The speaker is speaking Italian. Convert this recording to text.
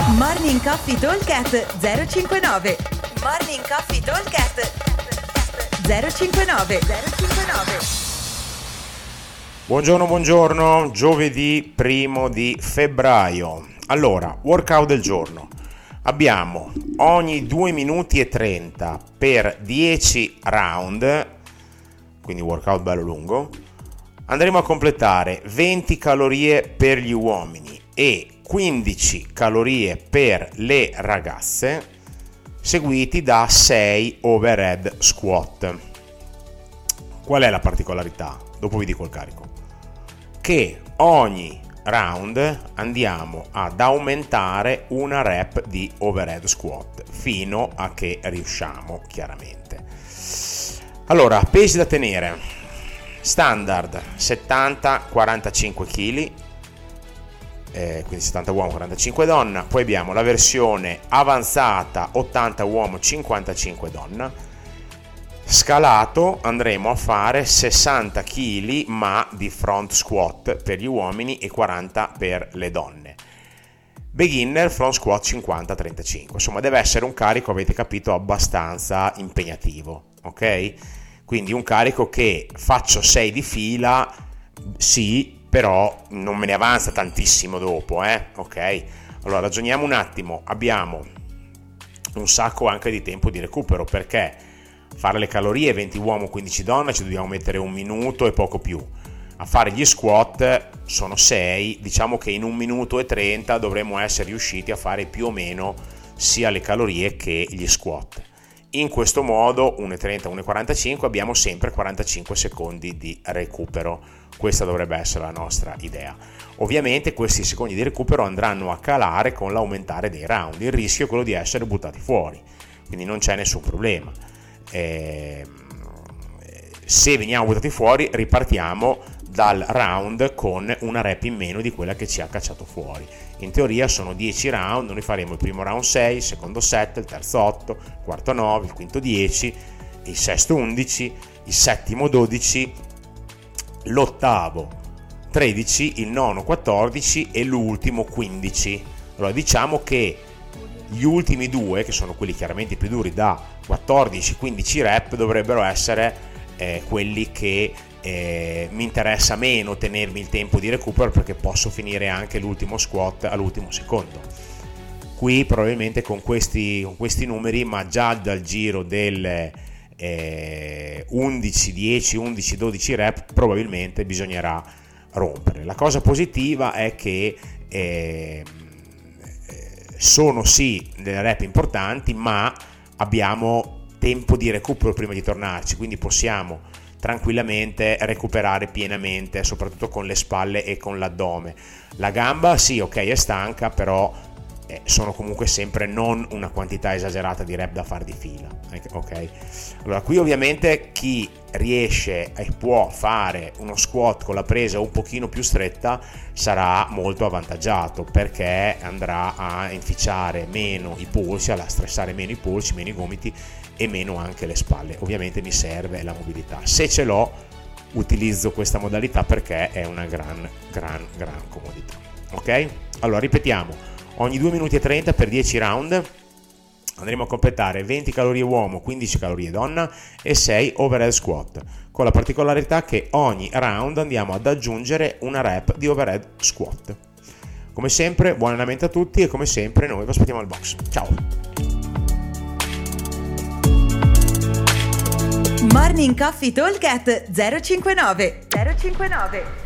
Morning Coffee Talkcast 059. Morning Coffee Talkcast 059. Buongiorno, giovedì 1 di febbraio. Allora, workout del giorno. Abbiamo ogni 2 minuti e 30 per 10 round, quindi workout bello lungo. Andremo a completare 20 calorie per gli uomini e 15 calorie per le ragazze, seguiti da 6 overhead squat. Qual è la particolarità? Dopo vi dico il carico. Che ogni round andiamo ad aumentare una rep di overhead squat fino a che riusciamo, chiaramente. Allora, pesi da tenere: standard 70-45 kg, quindi 70 uomo 45 donna. Poi abbiamo la versione avanzata 80 uomo 55 donna. Scalato andremo a fare 60 kg ma di front squat per gli uomini e 40 per le donne. Beginner front squat 50-35. Insomma, deve essere un carico, avete capito, abbastanza impegnativo, ok? Quindi un carico che faccio 6 di fila, sì, però non me ne avanza tantissimo dopo, ok? Allora ragioniamo un attimo. Abbiamo un sacco anche di tempo di recupero, perché fare le calorie 20 uomo 15 donna ci dobbiamo mettere 1 minuto e poco più. A fare gli squat sono 6, diciamo che in 1 minuto e 30 dovremmo essere riusciti a fare più o meno sia le calorie che gli squat. In questo modo 1,30, 1,45 abbiamo sempre 45 secondi di recupero. Questa dovrebbe essere la nostra idea. Ovviamente questi secondi di recupero andranno a calare con l'aumentare dei round. Il rischio è quello di essere buttati fuori, quindi non c'è nessun problema. Se veniamo buttati fuori, ripartiamo dal round con una rep in meno di quella che ci ha cacciato fuori. In teoria sono 10 round, noi faremo il primo round 6, il secondo 7, il terzo 8, il quarto 9, il quinto 10, il sesto 11, il settimo 12, l'ottavo 13, il nono 14 e l'ultimo 15. Allora diciamo che gli ultimi due, che sono quelli chiaramente più duri, da 14-15 rep, dovrebbero essere quelli che mi interessa meno tenermi il tempo di recupero, perché posso finire anche l'ultimo squat all'ultimo secondo. Qui probabilmente con questi numeri, ma già dal giro del 11, 10, 11, 12 rep probabilmente bisognerà rompere. La cosa positiva è che sono sì delle rep importanti, ma abbiamo tempo di recupero prima di tornarci, quindi possiamo tranquillamente recuperare pienamente, soprattutto con le spalle e con l'addome. La gamba sì, ok, è stanca, però sono comunque sempre non una quantità esagerata di rep da fare di fila, ok? Allora qui ovviamente chi riesce e può fare uno squat con la presa un pochino più stretta sarà molto avvantaggiato, perché andrà a inficiare meno i polsi, a stressare meno i polsi, meno i gomiti e meno anche le spalle. Ovviamente mi serve la mobilità. Se ce l'ho, utilizzo questa modalità perché è una gran comodità, ok? Allora ripetiamo: ogni 2 minuti e 30 per 10 round andremo a completare 20 calorie uomo, 15 calorie donna e 6 overhead squat, con la particolarità che ogni round andiamo ad aggiungere una rep di overhead squat. Come sempre, buon allenamento a tutti e come sempre noi vi aspettiamo al box. Ciao! Morning Coffee Talkcast 059.